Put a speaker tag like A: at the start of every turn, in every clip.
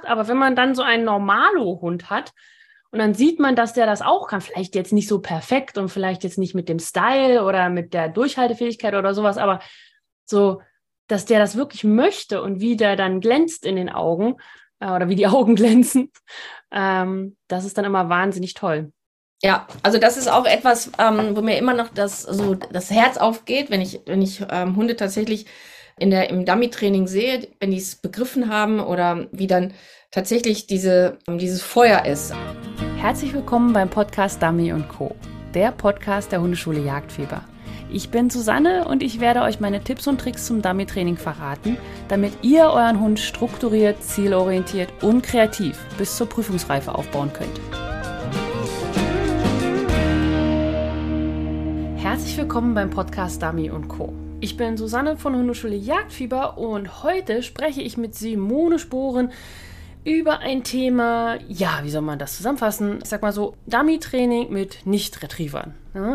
A: aber wenn man dann so einen Normalo-Hund hat und dann sieht man, dass der das auch kann, vielleicht jetzt nicht so perfekt und vielleicht jetzt nicht mit dem Style oder mit der Durchhaltefähigkeit oder sowas, aber so, dass der das wirklich möchte und wie der dann glänzt in den Augen oder wie die Augen glänzen, das ist dann immer wahnsinnig toll.
B: Ja, also das ist auch etwas, wo mir immer noch das Herz aufgeht, wenn ich Hunde tatsächlich im Dummy-Training sehe, wenn die es begriffen haben oder wie dann tatsächlich dieses Feuer ist.
A: Herzlich willkommen beim Podcast Dummy & Co., der Podcast der Hundeschule Jagdfieber. Ich bin Susanne und ich werde euch meine Tipps und Tricks zum Dummy-Training verraten, damit ihr euren Hund strukturiert, zielorientiert und kreativ bis zur Prüfungsreife aufbauen könnt. Herzlich willkommen beim Podcast Dummy & Co. Ich bin Susanne von Hundeschule Jagdfieber und heute spreche ich mit Simone Sporen über ein Thema, ja, wie soll man das zusammenfassen? Ich sag mal so, Dummy-Training mit Nicht-Retrievern. Ja?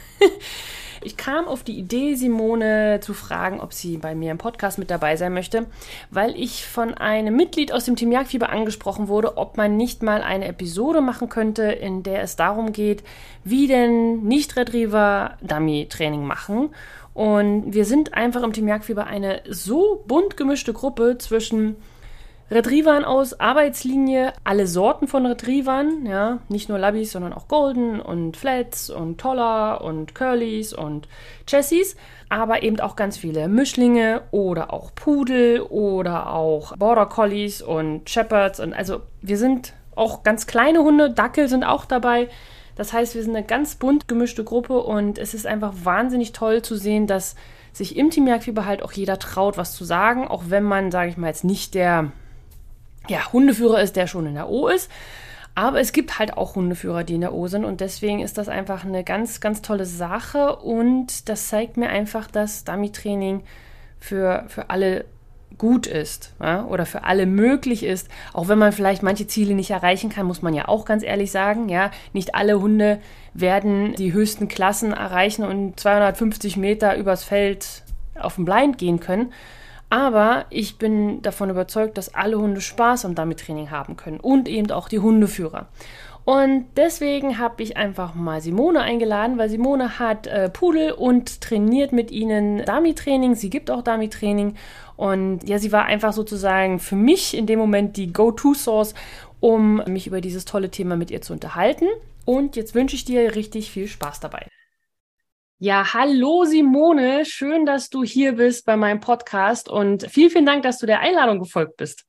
A: Ich kam auf die Idee, Simone zu fragen, ob sie bei mir im Podcast mit dabei sein möchte, weil ich von einem Mitglied aus dem Team Jagdfieber angesprochen wurde, ob man nicht mal eine Episode machen könnte, in der es darum geht, wie denn Nicht-Retriever Dummy-Training machen. Und wir sind einfach im Team Jagdfieber eine so bunt gemischte Gruppe zwischen Retrievern aus Arbeitslinie, alle Sorten von Retrievern, ja, nicht nur Labbies, sondern auch Golden und Flats und Toller und Curlies und Chessies, aber eben auch ganz viele Mischlinge oder auch Pudel oder auch Border Collies und Shepherds und also wir sind auch ganz kleine Hunde, Dackel sind auch dabei. Das heißt, wir sind eine ganz bunt gemischte Gruppe und es ist einfach wahnsinnig toll zu sehen, dass sich im Team Jagdfieber halt auch jeder traut, was zu sagen, auch wenn man, sage ich mal, jetzt nicht der Hundeführer ist, der schon in der O ist. Aber es gibt halt auch Hundeführer, die in der O sind. Und deswegen ist das einfach eine ganz, ganz tolle Sache. Und das zeigt mir einfach, dass Dummy-Training für alle gut ist, ja? Oder für alle möglich ist. Auch wenn man vielleicht manche Ziele nicht erreichen kann, muss man ja auch ganz ehrlich sagen. Ja? Nicht alle Hunde werden die höchsten Klassen erreichen und 250 Meter übers Feld auf dem Blind gehen können. Aber ich bin davon überzeugt, dass alle Hunde Spaß am Dummy-Training haben können und eben auch die Hundeführer. Und deswegen habe ich einfach mal Simone eingeladen, weil Simone hat Pudel und trainiert mit ihnen Dummy-Training. Sie gibt auch Dummy-Training und ja, sie war einfach sozusagen für mich in dem Moment die Go-To-Source, um mich über dieses tolle Thema mit ihr zu unterhalten. Und jetzt wünsche ich dir richtig viel Spaß dabei. Ja, hallo Simone, schön, dass du hier bist bei meinem Podcast und vielen, vielen Dank, dass du der Einladung gefolgt bist.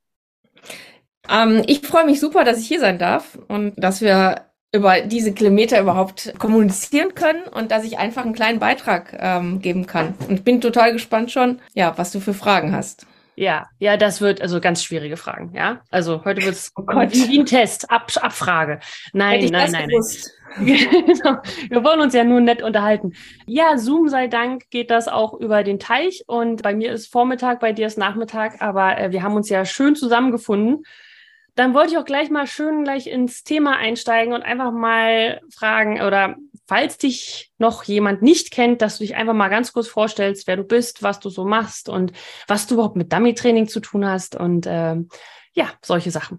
B: Ich freue mich super, dass ich hier sein darf und dass wir über diese Kilometer überhaupt kommunizieren können und dass ich einfach einen kleinen Beitrag geben kann. Und ich bin total gespannt schon, ja, was du für Fragen hast.
A: Ja, das wird also ganz schwierige Fragen, ja. Also heute wird es
B: Gott.
A: wie ein Test, Abfrage.
B: Hätte
A: Nein.
B: ich das gewusst.
A: Genau. Wir wollen uns ja nur nett unterhalten. Ja, Zoom sei Dank geht das auch über den Teich und bei mir ist Vormittag, bei dir ist Nachmittag, aber wir haben uns ja schön zusammengefunden. Dann wollte ich auch gleich ins Thema einsteigen und einfach mal fragen oder falls dich noch jemand nicht kennt, dass du dich einfach mal ganz kurz vorstellst, wer du bist, was du so machst und was du überhaupt mit Dummy-Training zu tun hast und solche Sachen.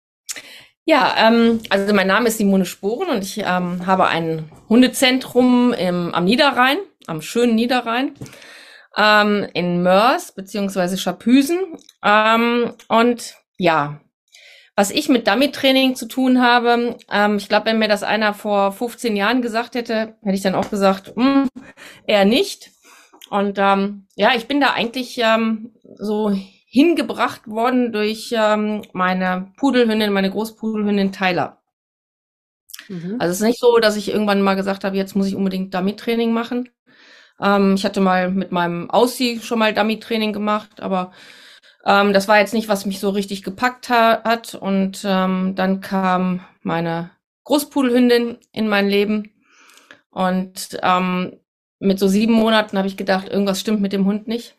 B: Ja, also mein Name ist Simone Sporen und ich habe ein Hundezentrum am Niederrhein, am schönen Niederrhein, in Moers beziehungsweise Scharpüsen. Und ja, was ich mit Dummy-Training zu tun habe, ich glaube, wenn mir das einer vor 15 Jahren gesagt hätte, hätte ich dann auch gesagt, eher nicht. Und ich bin da eigentlich so hingebracht worden durch meine Pudelhündin, meine Großpudelhündin Tyler.
A: Mhm.
B: Also es ist nicht so, dass ich irgendwann mal gesagt habe, jetzt muss ich unbedingt Dummy-Training machen. Ich hatte mal mit meinem Aussie schon mal Dummy-Training gemacht, aber das war jetzt nicht, was mich so richtig gepackt hat. Und dann kam meine Großpudelhündin in mein Leben. Und mit so 7 Monaten habe ich gedacht, irgendwas stimmt mit dem Hund nicht.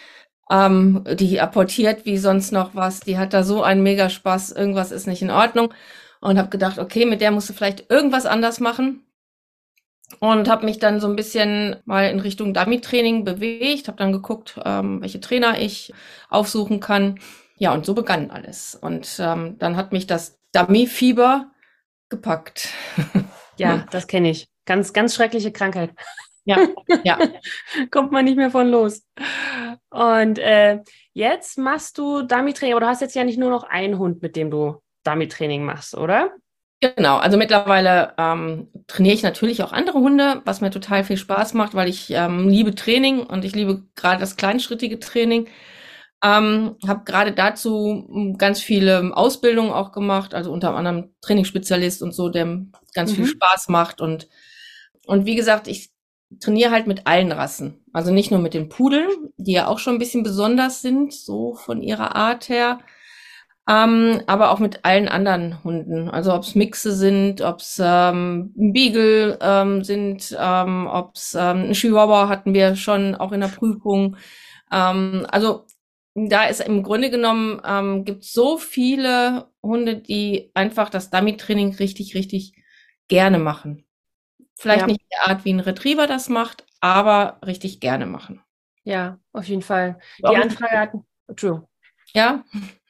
B: Die apportiert wie sonst noch was. Die hat da so einen mega Spaß. Irgendwas ist nicht in Ordnung. Und habe gedacht, okay, mit der musst du vielleicht irgendwas anders machen. Und habe mich dann so ein bisschen mal in Richtung Dummy-Training bewegt. Habe dann geguckt, welche Trainer ich aufsuchen kann. Ja, und so begann alles. Und dann hat mich das Dummy-Fieber gepackt.
A: Ja, das kenne ich. Ganz, ganz schreckliche Krankheit.
B: Ja, ja.
A: Kommt man nicht mehr von los. Und jetzt machst du Dummy-Training, aber du hast jetzt ja nicht nur noch einen Hund, mit dem du Dummy-Training machst, oder?
B: Genau, also mittlerweile trainiere ich natürlich auch andere Hunde, was mir total viel Spaß macht, weil ich liebe Training und ich liebe gerade das kleinschrittige Training. Habe gerade dazu ganz viele Ausbildungen auch gemacht, also unter anderem Trainingsspezialist und so, der ganz viel Spaß macht. Und wie gesagt, ich trainiere halt mit allen Rassen. Also nicht nur mit den Pudeln, die ja auch schon ein bisschen besonders sind, so von ihrer Art her. Aber auch mit allen anderen Hunden. Also ob es Mixe sind, ob es Beagle sind, ob es ein Chihuahua hatten wir schon auch in der Prüfung. Also da ist im Grunde genommen, gibt es so viele Hunde, die einfach das Dummy-Training richtig, richtig gerne machen. Vielleicht
A: Ja,
B: nicht der Art, wie ein Retriever das macht, aber richtig gerne machen.
A: ja, auf jeden Fall.
B: Auch
A: Die
B: richtig,
A: Anfrage hatten, True.
B: ja,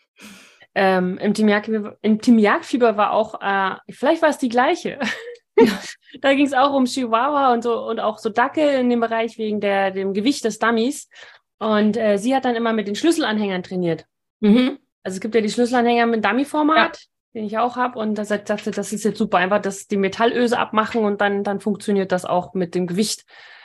A: Im Team Jagdfieber war auch, vielleicht war es die gleiche. Da ging es auch um Chihuahua und so und auch so Dackel in dem Bereich wegen dem Gewicht des Dummies. Und sie hat dann immer mit den Schlüsselanhängern trainiert.
B: mhm.
A: Also es gibt ja die Schlüsselanhänger mit
B: Ja,
A: Dummy-Format, den ich auch habe. Und da sagte, das ist jetzt super, einfach die Metallöse abmachen und dann funktioniert das auch mit dem Gewicht.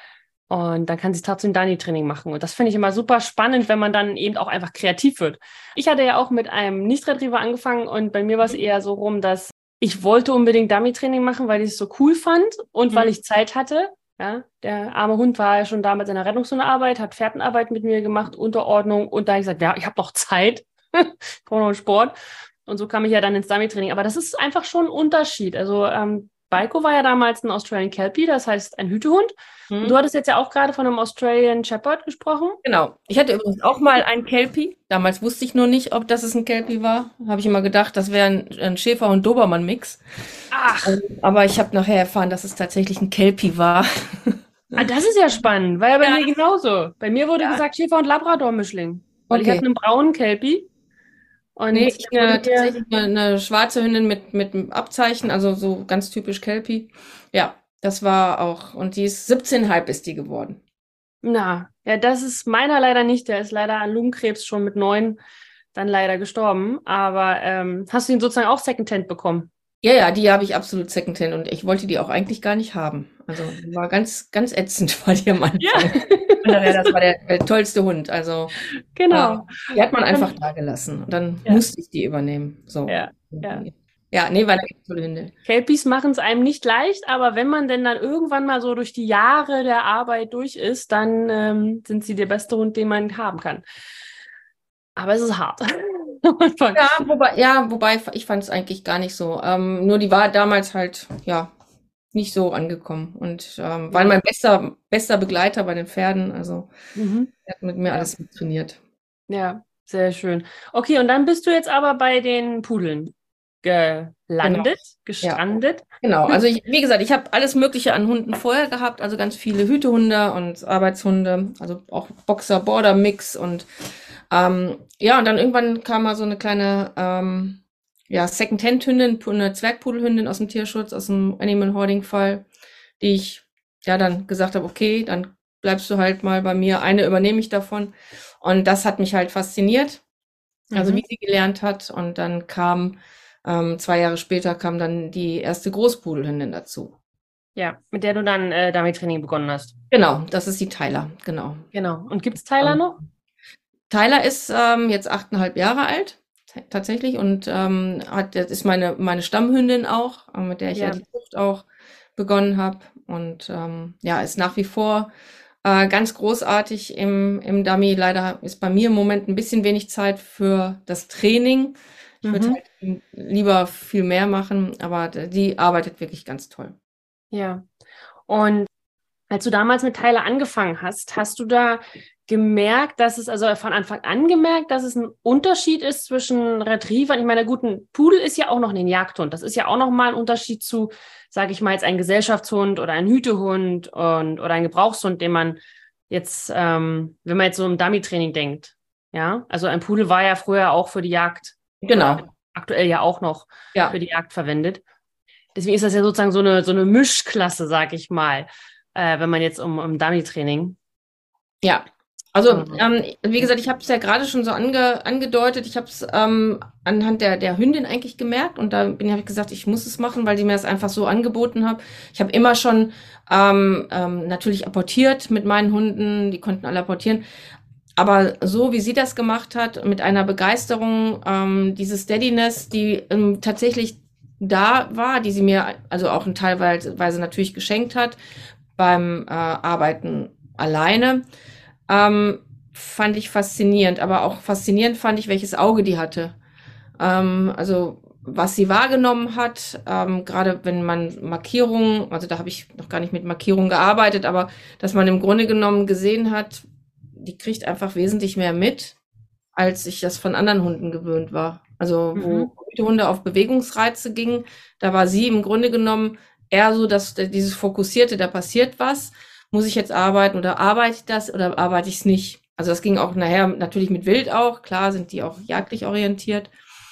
A: Und dann kann sie trotzdem Dummy-Training machen. Und das finde ich immer super spannend, wenn man dann eben auch einfach kreativ wird. Ich hatte ja auch mit einem Nicht-Retriever angefangen und bei mir war es eher so rum, dass ich wollte unbedingt Dummy-Training machen, weil ich es so cool fand und weil ich Zeit hatte. Ja, der arme Hund war ja schon da mit seiner Rettungshundearbeit, hat Fährtenarbeit mit mir gemacht, Unterordnung. Und da habe ich gesagt, ja, ich habe noch Zeit. Ich brauche noch einen Sport. Und so kam ich ja dann ins Dummy-Training. Aber das ist einfach schon ein Unterschied. Also Balko war ja damals ein Australian Kelpie, das heißt ein Hütehund. Und du
B: mhm.
A: hattest jetzt ja auch gerade von einem Australian Shepherd gesprochen.
B: Genau. Ich hatte übrigens auch mal einen Kelpie. Damals wusste ich nur nicht, ob das es ein Kelpie war. Habe ich immer gedacht, das wäre ein Schäfer- und Dobermann-Mix.
A: Ach,
B: Aber ich habe nachher erfahren, dass es tatsächlich ein Kelpie war.
A: das ist ja spannend. War ja bei
B: Ja,
A: mir genauso. Bei mir wurde
B: ja.
A: gesagt Schäfer- und Labrador-Mischling. Weil ich hatte
B: Okay.
A: einen braunen Kelpie
B: Nee,
A: und
B: ich
A: der wurde mir,
B: tatsächlich eine schwarze Hündin mit einem Abzeichen, also so ganz typisch Kelpie. Ja, das war auch. Und die ist 17,5 ist die geworden.
A: na, ja, das ist meiner leider nicht. Der ist leider an Lungenkrebs schon mit 9 dann leider gestorben. Aber hast du ihn sozusagen auch Secondhand bekommen?
B: Ja, ja, die habe ich absolut Secondhand und ich wollte die auch eigentlich gar nicht haben. Also die war ganz, ganz ätzend, war die am
A: Ja,
B: Anfang. Und nachher, das war der tollste Hund. Also äh,
A: genau.
B: die hat man einfach da gelassen. Und dann
A: Ja,
B: musste ich die übernehmen. So.
A: ja, ja.
B: Ja, nee, war eine ganz tolle Hündin.
A: Kelpies machen es einem nicht leicht, aber wenn man denn dann irgendwann mal so durch die Jahre der Arbeit durch ist, dann sind sie der beste Hund, den man haben kann. Aber es ist hart. Am Anfang.
B: Ja, wobei ich fand es eigentlich gar nicht so. Nur die war damals halt, ja, nicht so angekommen. Und war
A: Ja.
B: mein bester Begleiter bei den Pferden. Also
A: Mhm.
B: er hat mit mir
A: Ja.
B: alles mittrainiert.
A: Ja, sehr schön. Okay, und dann bist du jetzt aber bei den Pudeln
B: Genau. Ja.
A: gestrandet.
B: Genau, also wie gesagt, ich habe alles Mögliche an Hunden vorher gehabt, also ganz viele Hütehunde und Arbeitshunde, also auch Boxer, Border Mix und ja, und dann irgendwann kam mal so eine kleine ja, Second-Hand-Hündin, eine Zwergpudelhündin aus dem Tierschutz, aus dem Animal Hoarding-Fall, die ich ja dann gesagt habe, okay, dann bleibst du halt mal bei mir, eine übernehme ich davon und das hat mich halt fasziniert, also
A: Mhm.
B: wie sie gelernt hat und dann kam 2 Jahre später kam dann die erste Großpudelhündin dazu.
A: Ja, mit der du dann damit Training begonnen hast.
B: Genau, das ist die Tyler, genau.
A: Genau. Und gibt es Tyler
B: Ähm,
A: noch?
B: Tyler ist jetzt 8,5 Jahre alt, tatsächlich, und das ist meine Stammhündin auch, mit der ich ja
A: Ja.
B: die Zucht auch begonnen habe. Und ja, ist nach wie vor ganz großartig im Dummy. Leider ist bei mir im Moment ein bisschen wenig Zeit für das Training. Ich würde
A: Mhm.
B: halt lieber viel mehr machen, aber die arbeitet wirklich ganz toll.
A: Ja. Und als du damals mit Tyler angefangen hast, hast du da gemerkt, dass es, also von Anfang an gemerkt, dass es ein Unterschied ist zwischen Retrievern? Ich meine, gut, ein Pudel ist ja auch noch ein Jagdhund. Das ist ja auch noch mal ein Unterschied zu, sage ich mal, jetzt ein Gesellschaftshund oder ein Hütehund oder ein Gebrauchshund, den man jetzt, wenn man jetzt so im Dummy-Training denkt. Ja, also ein Pudel war ja früher auch für die Jagd
B: Genau.
A: oder aktuell ja auch noch
B: Ja,
A: für die Jagd verwendet. Deswegen ist das ja sozusagen so eine Mischklasse, sag ich mal, wenn man jetzt um Dummy-Training.
B: ja. Also, wie
A: Ja.
B: gesagt, ich habe es ja gerade schon so angedeutet. Ich habe es anhand der Hündin eigentlich gemerkt und da habe ich gesagt, ich muss es machen, weil sie mir das einfach so angeboten hat. Ich habe immer schon natürlich apportiert mit meinen Hunden, die konnten alle apportieren. Aber so wie sie das gemacht hat, mit einer Begeisterung, diese Steadiness, die tatsächlich da war, die sie mir also auch in teilweise natürlich geschenkt hat beim Arbeiten alleine, ähm, fand ich faszinierend. Aber auch faszinierend fand ich, welches Auge die hatte. Also was sie wahrgenommen hat, gerade wenn man Markierungen, also da habe ich noch gar nicht mit Markierungen gearbeitet, aber dass man im Grunde genommen gesehen hat, die kriegt einfach wesentlich mehr mit, als ich das von anderen Hunden gewöhnt war. Also wo
A: Mhm.
B: die Hunde auf Bewegungsreize gingen, da war sie im Grunde genommen eher so, dass dieses Fokussierte, da passiert was, muss ich jetzt arbeiten oder arbeite ich das oder arbeite ich es nicht? Also das ging auch nachher natürlich mit Wild auch, klar sind die auch jagdlich orientiert.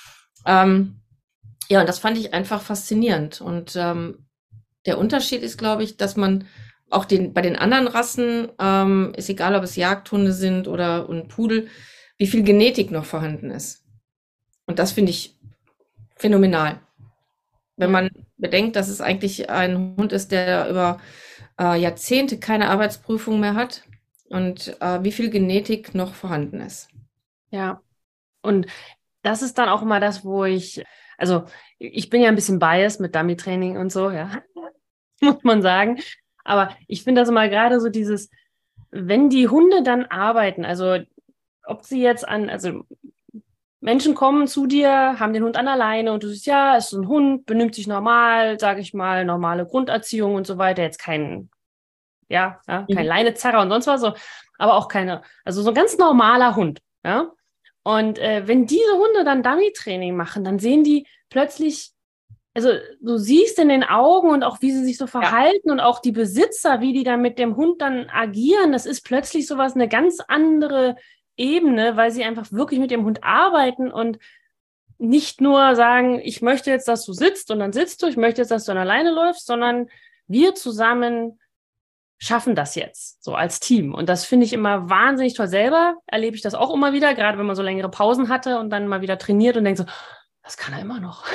B: Ähm, ja, und das fand ich einfach faszinierend. Und der Unterschied ist, glaube ich, dass man auch bei den anderen Rassen, ist egal, ob es Jagdhunde sind oder ein Pudel, wie viel Genetik noch vorhanden ist. Und das finde ich phänomenal. Wenn
A: Ja.
B: man bedenkt, dass es eigentlich ein Hund ist, der über Jahrzehnte keine Arbeitsprüfung mehr hat und wie viel Genetik noch vorhanden ist.
A: Ja. Und das ist dann auch immer das, wo also ich bin ja ein bisschen biased mit Dummy-Training und so, ja, muss man sagen. Aber ich finde das immer gerade so wenn die Hunde dann arbeiten, also ob sie jetzt also Menschen kommen zu dir, haben den Hund an der Leine und du siehst, ja, ist so ein Hund, benimmt sich normal, sage ich mal, normale Grunderziehung und so weiter, jetzt kein
B: Mhm.
A: Leinezerrer und sonst was, so, aber auch also so ein ganz normaler Hund, ja. Und wenn diese Hunde dann Dummy-Training machen, dann sehen die plötzlich, also du siehst in den Augen und auch wie sie sich so
B: Ja,
A: verhalten und auch die Besitzer, wie die dann mit dem Hund dann agieren, das ist plötzlich sowas, eine ganz andere Ebene, weil sie einfach wirklich mit dem Hund arbeiten und nicht nur sagen, ich möchte jetzt, dass du sitzt und dann sitzt du, ich möchte jetzt, dass du an alleine läufst, sondern wir zusammen schaffen das jetzt, so als Team. Und das finde ich immer wahnsinnig toll. Selber erlebe ich das auch immer wieder, gerade wenn man so längere Pausen hatte und dann mal wieder trainiert und denkt so, das kann er immer noch.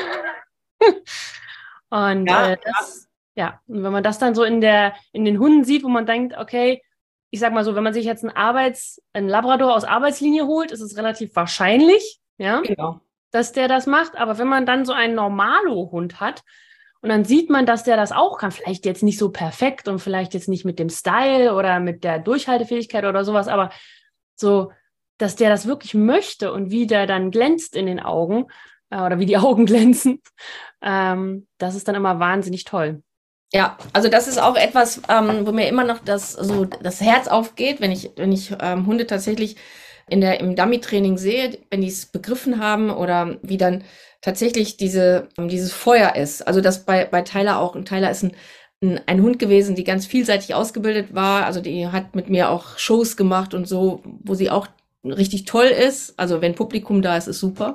A: Und
B: ja,
A: ja, und wenn man das dann so in den Hunden sieht, wo man denkt, okay, ich sag mal so, wenn man sich jetzt einen Labrador aus Arbeitslinie holt, ist es relativ wahrscheinlich, ja,
B: genau.
A: dass der das macht. Aber wenn man dann so einen Normalo-Hund hat und dann sieht man, dass der das auch kann, vielleicht jetzt nicht so perfekt und vielleicht jetzt nicht mit dem Style oder mit der Durchhaltefähigkeit oder sowas, aber so, dass der das wirklich möchte und wie der dann glänzt in den Augen oder wie die Augen glänzen, das ist dann immer wahnsinnig toll.
B: Ja, also das ist auch etwas, wo mir immer noch das Herz aufgeht, wenn ich Hunde tatsächlich im Dummy-Training sehe, wenn die es begriffen haben oder wie dann tatsächlich dieses Feuer ist. Also das bei Tyler auch. Und Tyler ist ein Hund gewesen, die ganz vielseitig ausgebildet war. Also die hat mit mir auch Shows gemacht und so, wo sie auch richtig toll ist. Also wenn Publikum da ist, ist super.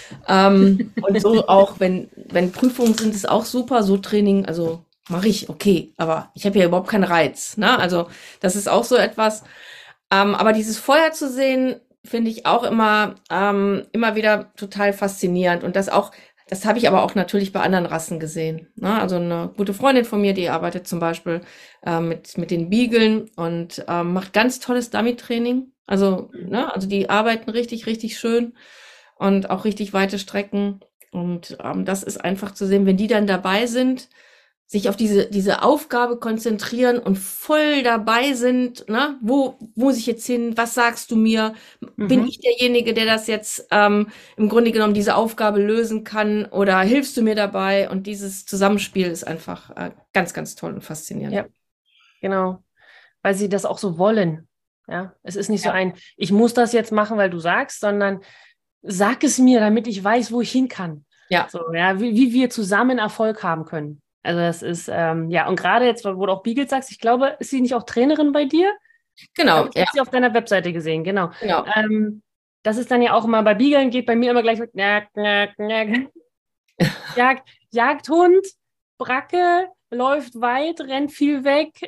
B: Und so auch, wenn Prüfungen sind, ist auch super. So Training, also mache ich, okay, aber ich habe ja überhaupt keinen Reiz. Ne? Also das ist auch so etwas. Aber dieses Feuer zu sehen, finde ich auch immer wieder total faszinierend. Und das habe ich aber auch natürlich bei anderen Rassen gesehen. Ne? Also eine gute Freundin von mir, die arbeitet zum Beispiel mit den Beageln und macht ganz tolles Dummy-Training. Also,
A: Mhm.
B: ne, also die arbeiten richtig, richtig schön und auch richtig weite Strecken. Und das ist einfach zu sehen, wenn die dann dabei sind, sich auf diese Aufgabe konzentrieren und voll dabei sind, ne? Wo muss ich jetzt hin? Was sagst du mir? Bin
A: Mhm.
B: ich derjenige, der das jetzt im Grunde genommen diese Aufgabe lösen kann oder hilfst du mir dabei? Und dieses Zusammenspiel ist einfach ganz, ganz toll und faszinierend.
A: Ja, genau. Weil sie das auch so wollen. Ja, es ist nicht so
B: Ja,
A: ich muss das jetzt machen, weil du sagst, sondern sag es mir, damit ich weiß, wo ich hin kann.
B: ja,
A: So, ja, wie wir zusammen Erfolg haben können. Also das ist, ja, und gerade jetzt, wo du auch Beagle sagst, ich glaube, ist sie nicht auch Trainerin bei dir?
B: genau,
A: Ich
B: ja,
A: habe sie auf deiner Webseite gesehen, genau.
B: genau.
A: Ähm, das ist dann ja auch immer bei Beaglern geht bei mir immer gleich mit knack, knack, knack. Jagdhund, Bracke, läuft weit, rennt viel weg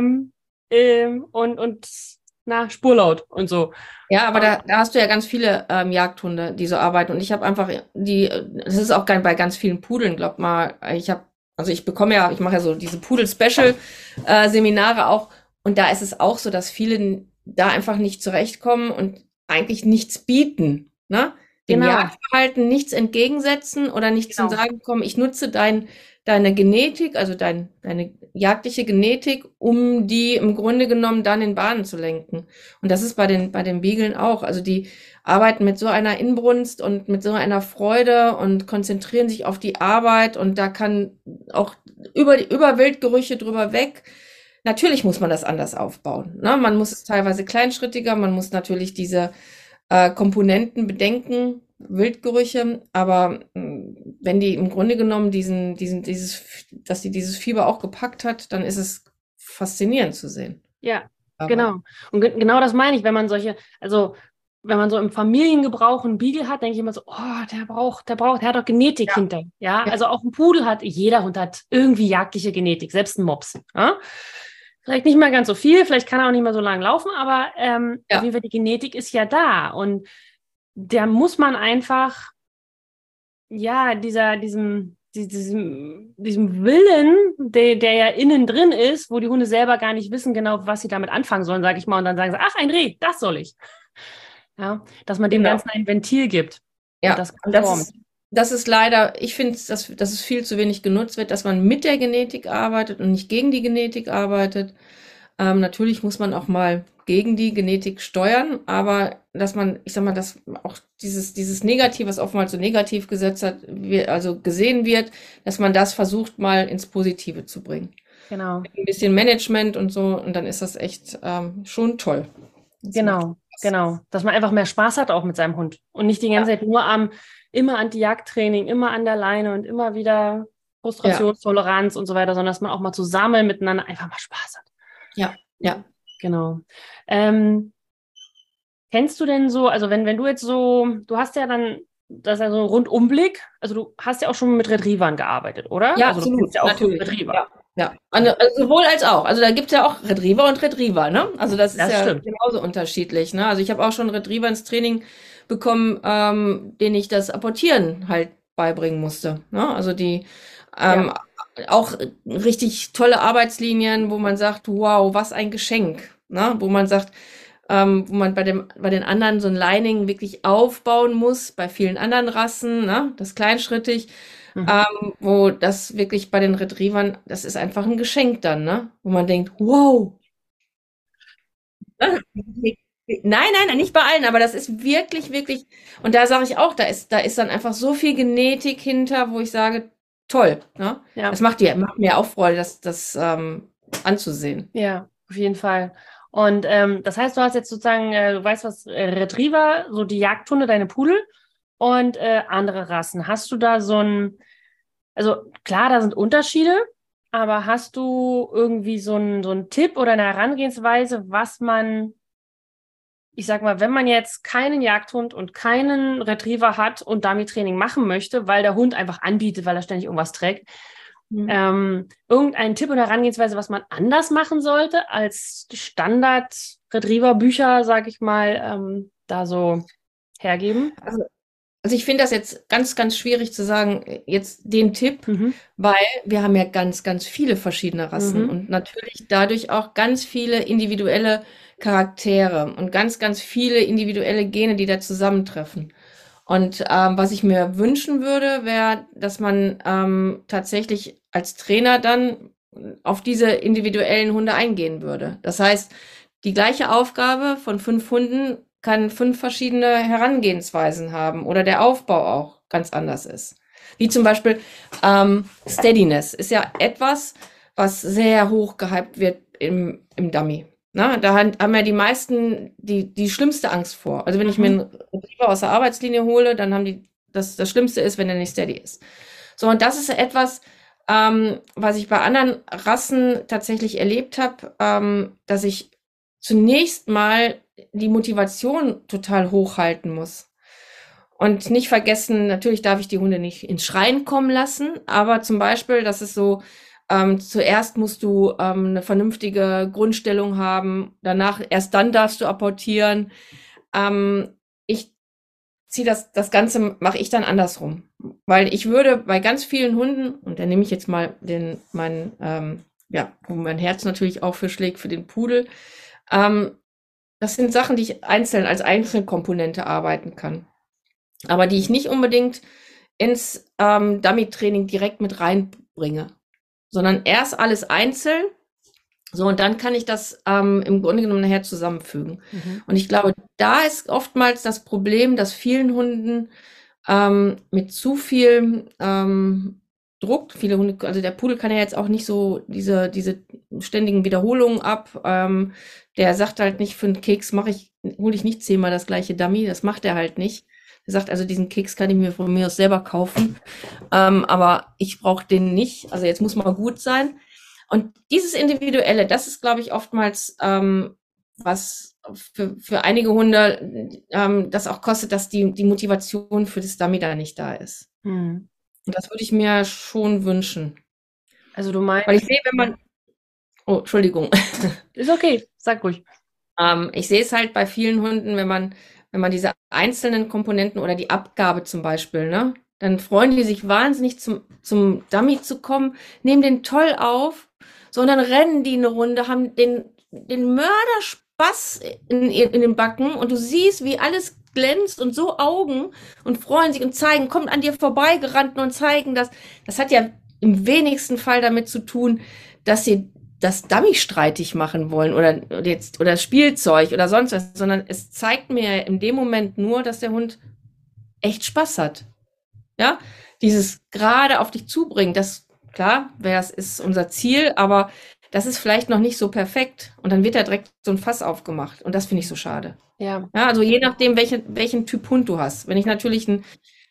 A: und spurlaut und so.
B: Ja, aber da hast du ja ganz viele Jagdhunde, die so arbeiten. Und ich habe einfach das ist auch bei ganz vielen Pudeln, glaub mal, ich mache ja so diese Pudel-Special-Seminare auch. Und da ist es auch so, dass viele da einfach nicht zurechtkommen und eigentlich nichts bieten, ne? Dem
A: Genau,
B: Jagdverhalten nichts entgegensetzen oder nicht zum
A: genau.
B: Sagen kommen, ich nutze deine Genetik, also deine jagdliche Genetik, um die im Grunde genommen dann in Bahnen zu lenken. Und das ist bei den Beageln auch. Also die arbeiten mit so einer Inbrunst und mit so einer Freude und konzentrieren sich auf die Arbeit und da kann auch über Wildgerüche drüber weg. Natürlich muss man das anders aufbauen, ne? Man muss es teilweise kleinschrittiger, man muss natürlich diese Komponenten bedenken, Wildgerüche, aber wenn die im Grunde genommen dass die dieses Fieber auch gepackt hat, dann ist es faszinierend zu sehen.
A: Ja,
B: Aber
A: genau. Und genau das meine ich, wenn man also wenn man so im Familiengebrauch einen Beagle hat, denke ich immer so, oh, der hat doch Genetik
B: ja,
A: hinter. Ja,
B: ja,
A: also auch ein Pudel jeder Hund hat irgendwie jagdliche Genetik, selbst ein Mops. Ja? Vielleicht nicht mal ganz so viel, vielleicht kann er auch nicht mehr so lange laufen, aber auf
B: ja,
A: jeden Fall die Genetik ist ja da und der muss man einfach, ja, diesem Willen, der ja innen drin ist, wo die Hunde selber gar nicht wissen genau, was sie damit anfangen sollen, sage ich mal, und dann sagen sie, ach, ein Reh, das soll ich. Ja, dass man dem
B: genau.
A: Ganzen ein Ventil gibt und
B: Ja,
A: das
B: und
A: formt.
B: das ist leider, ich finde, dass es viel zu wenig genutzt wird, dass man mit der Genetik arbeitet und nicht gegen die Genetik arbeitet. Natürlich muss man auch mal gegen die Genetik steuern, aber dass man, ich sag mal, dass auch dieses Negativ, was oftmals so negativ gesetzt hat, also gesehen wird, dass man das versucht mal ins Positive zu bringen.
A: Genau,
B: Ein bisschen Management und so, und dann ist das echt schon toll. Das macht
A: genau,
B: Spaß.
A: genau. Dass man einfach mehr Spaß hat auch mit seinem Hund und nicht die
B: Ja,
A: ganze Zeit nur immer Anti-Jagd-Training, immer an der Leine und immer wieder
B: ja,
A: Frustrationstoleranz und so weiter, sondern dass man auch mal zusammen miteinander einfach mal Spaß hat.
B: ja, ja.
A: Genau. Ähm, Kennst du denn so, also wenn du jetzt so, du hast ja dann, das ist ja so ein Rundumblick, also du hast ja auch schon mit Retrievern gearbeitet, oder?
B: Ja,
A: Also du kennst
B: absolut,
A: ja auch
B: natürlich.
A: Retriever.
B: Ja, ja. Also sowohl als auch. Also da gibt es ja auch Retriever und Retriever, ne? Also das ist
A: Das
B: ja
A: stimmt.
B: genauso unterschiedlich, ne? Also ich habe auch schon Retriever ins Training bekommen, denen ich das Apportieren halt beibringen musste, ne? Also die
A: Ja.
B: ähm, auch richtig tolle Arbeitslinien, wo man sagt, wow, was ein Geschenk, ne? Wo man sagt, wo man bei den anderen so ein Lining wirklich aufbauen muss, bei vielen anderen Rassen, ne? Das kleinschrittig.
A: Mhm.
B: Wo das wirklich bei den Retrievern, das ist einfach ein Geschenk dann, ne? Wo man denkt, wow. Ne? Nein, nicht bei allen, aber das ist wirklich, wirklich, und da sage ich auch, da ist dann einfach so viel Genetik hinter, wo ich sage, toll, ne? Das
A: Ja,
B: macht mir auch Freude, das anzusehen.
A: ja, auf jeden Fall. Und das heißt, du hast jetzt sozusagen, du weißt, was Retriever, so die Jagdhunde, deine Pudel und andere Rassen. Hast du da also klar, da sind Unterschiede, aber hast du irgendwie so einen Tipp oder eine Herangehensweise, was man, ich sag mal, wenn man jetzt keinen Jagdhund und keinen Retriever hat und Dummy-Training machen möchte, weil der Hund einfach anbietet, weil er ständig irgendwas trägt,
B: Mhm.
A: irgendeinen Tipp oder Herangehensweise, was man anders machen sollte als die Standard-Retriever-Bücher, sag ich mal, da so hergeben?
B: Also, also ich finde das jetzt ganz, ganz schwierig zu sagen, jetzt den Tipp,
A: Mhm.
B: weil wir haben ja ganz, ganz viele verschiedene Rassen
A: Mhm.
B: und natürlich dadurch auch ganz viele individuelle Charaktere und ganz, ganz viele individuelle Gene, die da zusammentreffen. Und was ich mir wünschen würde, wäre, dass man tatsächlich als Trainer dann auf diese individuellen Hunde eingehen würde. Das heißt, die gleiche Aufgabe von 5 Hunden kann 5 verschiedene Herangehensweisen haben oder der Aufbau auch ganz anders ist. Wie zum Beispiel Steadiness ist ja etwas, was sehr hoch gehypt wird im Dummy. Na, haben ja die meisten die schlimmste Angst vor. Also wenn ich mir
A: Mhm.
B: einen Retriever aus der Arbeitslinie hole, dann haben die, das Schlimmste ist, wenn er nicht steady ist. So, und das ist etwas, was ich bei anderen Rassen tatsächlich erlebt habe, dass ich zunächst mal die Motivation total hochhalten muss. Und nicht vergessen, natürlich darf ich die Hunde nicht ins Schreien kommen lassen, aber zum Beispiel, das ist so, zuerst musst du eine vernünftige Grundstellung haben, danach, erst dann darfst du apportieren. Ich ziehe das Ganze, mache ich dann andersrum. Weil ich würde bei ganz vielen Hunden, und da nehme ich jetzt mal wo mein Herz natürlich auch für schlägt, für den Pudel, das sind Sachen, die ich einzeln als Einzelkomponente arbeiten kann. Aber die ich nicht unbedingt ins Dummy-Training direkt mit reinbringe, sondern erst alles einzeln. So, und dann kann ich das im Grunde genommen nachher zusammenfügen. Und ich glaube, da ist oftmals das Problem, dass vielen Hunden mit zu viel Druck, viele Hunde, also der Pudel kann ja jetzt auch nicht so diese ständigen Wiederholungen ab. Der sagt halt nicht, für einen Keks hole ich nicht 10-mal das gleiche Dummy, das macht er halt nicht. Er sagt, also diesen Keks kann ich mir von mir aus selber kaufen, aber ich brauche den nicht. Also jetzt muss mal gut sein. Und dieses Individuelle, das ist, glaube ich, oftmals was für einige Hunde das auch kostet, dass die Motivation für das Dummy da nicht da ist. Und das würde ich mir schon wünschen.
A: Also du meinst...
B: Weil ich sehe, wenn man... Oh, Entschuldigung.
A: Ist okay, sag ruhig.
B: Ich sehe es halt bei vielen Hunden, wenn man diese einzelnen Komponenten oder die Abgabe zum Beispiel, ne, dann freuen die sich wahnsinnig zum Dummy zu kommen, nehmen den toll auf, so, und dann rennen die eine Runde, haben den Mörderspaß in den Backen und du siehst, wie alles glänzt und so Augen und freuen sich und zeigen, kommen an dir vorbeigerannt und zeigen das. Das hat ja im wenigsten Fall damit zu tun, dass sie das Dummy streitig machen wollen oder Spielzeug oder sonst was, sondern es zeigt mir in dem Moment nur, dass der Hund echt Spaß hat. Ja, dieses gerade auf dich zubringen, das, klar, das ist unser Ziel, aber das ist vielleicht noch nicht so perfekt und dann wird da direkt so ein Fass aufgemacht und das finde ich so schade.
A: Ja.
B: Ja, also je nachdem, welchen Typ Hund du hast. Wenn ich natürlich einen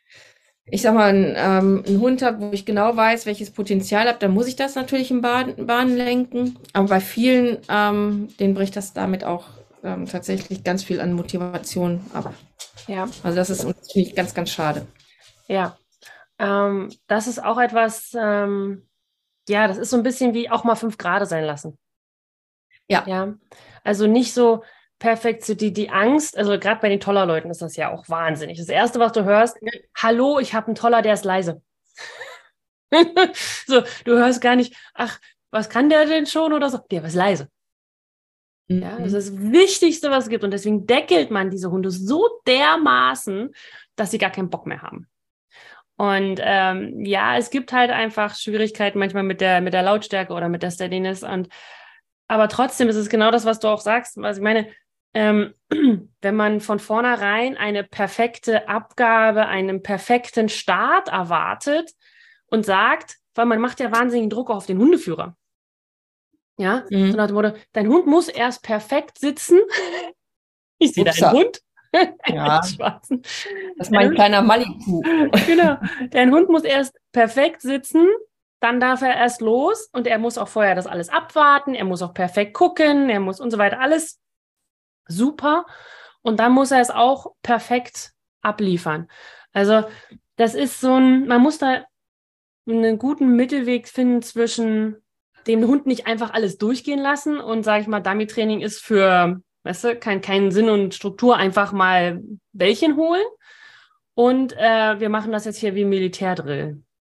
B: Hund habe, wo ich genau weiß, welches Potenzial habe, dann muss ich das natürlich in Bahnen lenken. Aber bei vielen, denen bricht das damit auch tatsächlich ganz viel an Motivation ab.
A: Ja.
B: Also das finde ich ganz, ganz schade.
A: Ja. Das ist auch etwas, das ist so ein bisschen wie auch mal 5 Grad sein lassen.
B: Ja.
A: Ja. Also nicht so perfekt, so die Angst, also gerade bei den Toller-Leuten ist das ja auch wahnsinnig. Das Erste, was du hörst, hallo, ich habe einen Toller, der ist leise. So, du hörst gar nicht, ach, was kann der denn schon oder so? Der ist leise. Ja, das ist das Wichtigste, was es gibt. Und deswegen deckelt man diese Hunde so dermaßen, dass sie gar keinen Bock mehr haben. Und es gibt halt einfach Schwierigkeiten manchmal mit der Lautstärke oder mit der Steadiness. Aber trotzdem ist es genau das, was du auch sagst. Also ich meine, wenn man von vornherein eine perfekte Abgabe, einen perfekten Start erwartet und sagt, weil man macht ja wahnsinnigen Druck auch auf den Hundeführer. Ja, so nach dem Motto, dein Hund muss erst perfekt sitzen. Ich sehe deinen Hund.
B: Ja, schwarzen. Das ist mein kleiner Malibu.
A: Genau, dein Hund muss erst perfekt sitzen, dann darf er erst los und er muss auch vorher das alles abwarten, er muss auch perfekt gucken, er muss und so weiter, alles super. Und dann muss er es auch perfekt abliefern. Also das ist man muss da einen guten Mittelweg finden zwischen dem Hund nicht einfach alles durchgehen lassen und, sage ich mal, Dummy-Training ist für, weißt du, keinen Sinn und Struktur, einfach mal Bällchen holen und wir machen das jetzt hier wie Militärdrill.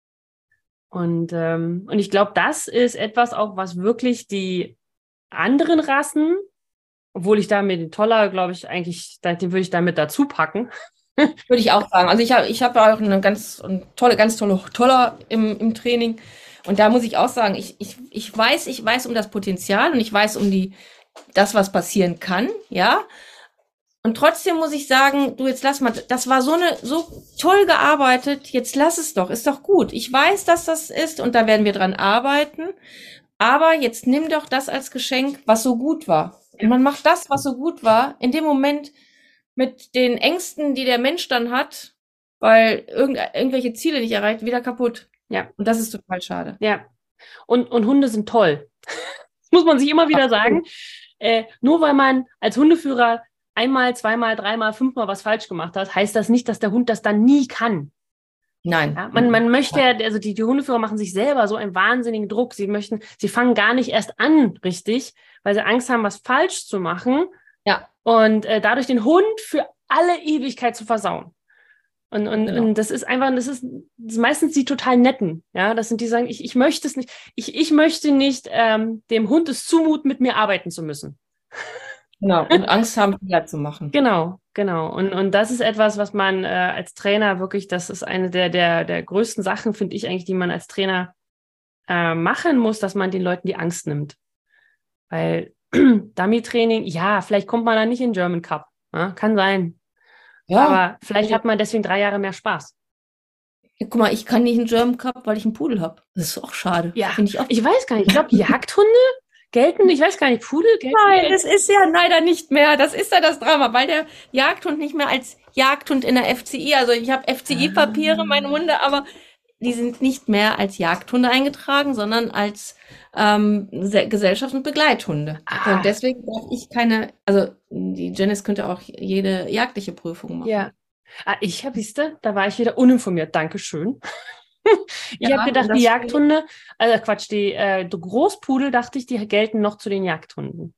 A: Und ich glaube, das ist etwas auch, was wirklich die anderen Rassen, obwohl ich da mit den Toller, glaube ich, eigentlich, den würde ich da mit dazu packen.
B: Würde ich auch sagen. Also ich habe auch eine ganz tolle Toller im Training. Und da muss ich auch sagen, ich weiß um das Potenzial und ich weiß um das, was passieren kann, ja. Und trotzdem muss ich sagen, du, jetzt lass mal, das war so toll gearbeitet, jetzt lass es doch, ist doch gut. Ich weiß, dass das ist und da werden wir dran arbeiten. Aber jetzt nimm doch das als Geschenk, was so gut war. Und man macht das, was so gut war, in dem Moment mit den Ängsten, die der Mensch dann hat, weil irgendwelche Ziele nicht erreicht, wieder kaputt.
A: Ja.
B: Und das ist total schade.
A: Ja. Und Hunde sind toll. Das muss man sich immer wieder sagen. Nur weil man als Hundeführer einmal, zweimal, dreimal, fünfmal was falsch gemacht hat, heißt das nicht, dass der Hund das dann nie kann.
B: Nein.
A: Ja, man möchte ja, also die Hundeführer machen sich selber so einen wahnsinnigen Druck. Sie fangen gar nicht erst an, richtig, weil sie Angst haben, was falsch zu machen.
B: Ja.
A: Und dadurch den Hund für alle Ewigkeit zu versauen. Und das ist einfach, das ist meistens die total netten, ja, das sind die, die sagen, ich möchte es nicht, ich möchte nicht dem Hund es zumuten, mit mir arbeiten zu müssen.
B: Genau, und Angst haben, Fehler zu machen.
A: Genau. Und das ist etwas, was man als Trainer wirklich, das ist eine der größten Sachen, finde ich eigentlich, die man als Trainer machen muss, dass man den Leuten die Angst nimmt. Weil Dummy-Training, ja, vielleicht kommt man da nicht in den German Cup, ja, kann sein.
B: Ja.
A: Aber vielleicht hat man deswegen 3 Jahre mehr Spaß.
B: Ja, guck mal, ich kann nicht einen German Cup, weil ich einen Pudel habe. Das ist auch schade.
A: Ja,
B: finde ich auch.
A: Ich weiß gar nicht. Ich glaube, Jagdhunde gelten, ich weiß gar nicht, Pudel gelten.
B: Nein, das ist ja leider nicht mehr. Das ist ja das Drama, weil der Jagdhund nicht mehr als Jagdhund in der FCI, also ich habe FCI-Papiere, meine Hunde, aber die sind nicht mehr als Jagdhunde eingetragen, sondern als Gesellschafts- und Begleithunde. Und deswegen darf ich keine, also die Janice könnte auch jede jagdliche Prüfung machen.
A: Ja. Siehste, da war ich wieder uninformiert. Dankeschön. Ich habe gedacht, die Jagdhunde, Quatsch, die Großpudel, dachte ich, die gelten noch zu den Jagdhunden.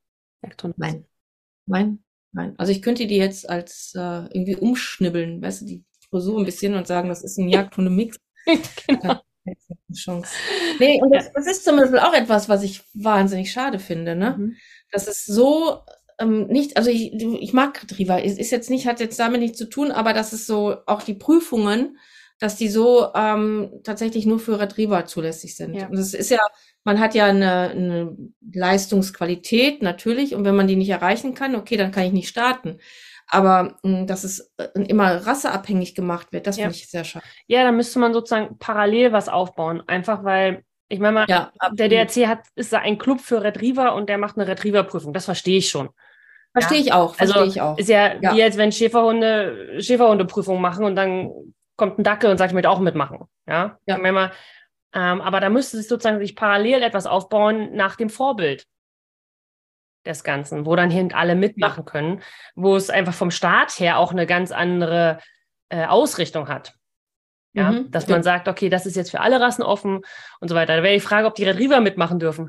B: Nein. Also ich könnte die jetzt als irgendwie umschnibbeln, weißt du, die Frisur ein bisschen und sagen, das ist ein Jagdhunde-Mix.
A: Genau.
B: Chance. Nee, und das ist zum Beispiel auch etwas, was ich wahnsinnig schade finde, ne?
A: Mhm.
B: Das ist so nicht, also ich mag Retriever, ist jetzt nicht, hat jetzt damit nichts zu tun, aber das ist so, auch die Prüfungen, dass die so tatsächlich nur für Retriever zulässig sind.
A: Ja.
B: Und es ist ja, man hat ja eine Leistungsqualität natürlich, und wenn man die nicht erreichen kann, okay, dann kann ich nicht starten. Aber dass es immer rasseabhängig gemacht wird, das finde ich sehr schade.
A: Ja, da müsste man sozusagen parallel was aufbauen. Einfach weil, ich meine mal, der DRC ist da ein Club für Retriever und der macht eine Retriever-Prüfung. Das verstehe ich schon.
B: Verstehe ich auch.
A: Ist ja wie, als wenn Schäferhunde-Prüfung machen und dann kommt ein Dackel und sagt, ich möchte auch mitmachen. Ja. Ich meine mal, aber da müsste sich sozusagen parallel etwas aufbauen nach dem Vorbild des Ganzen, wo dann hier alle mitmachen können, wo es einfach vom Staat her auch eine ganz andere Ausrichtung hat. Ja, dass man sagt, okay, das ist jetzt für alle Rassen offen und so weiter. Da wäre die Frage, ob die Retriever mitmachen dürfen.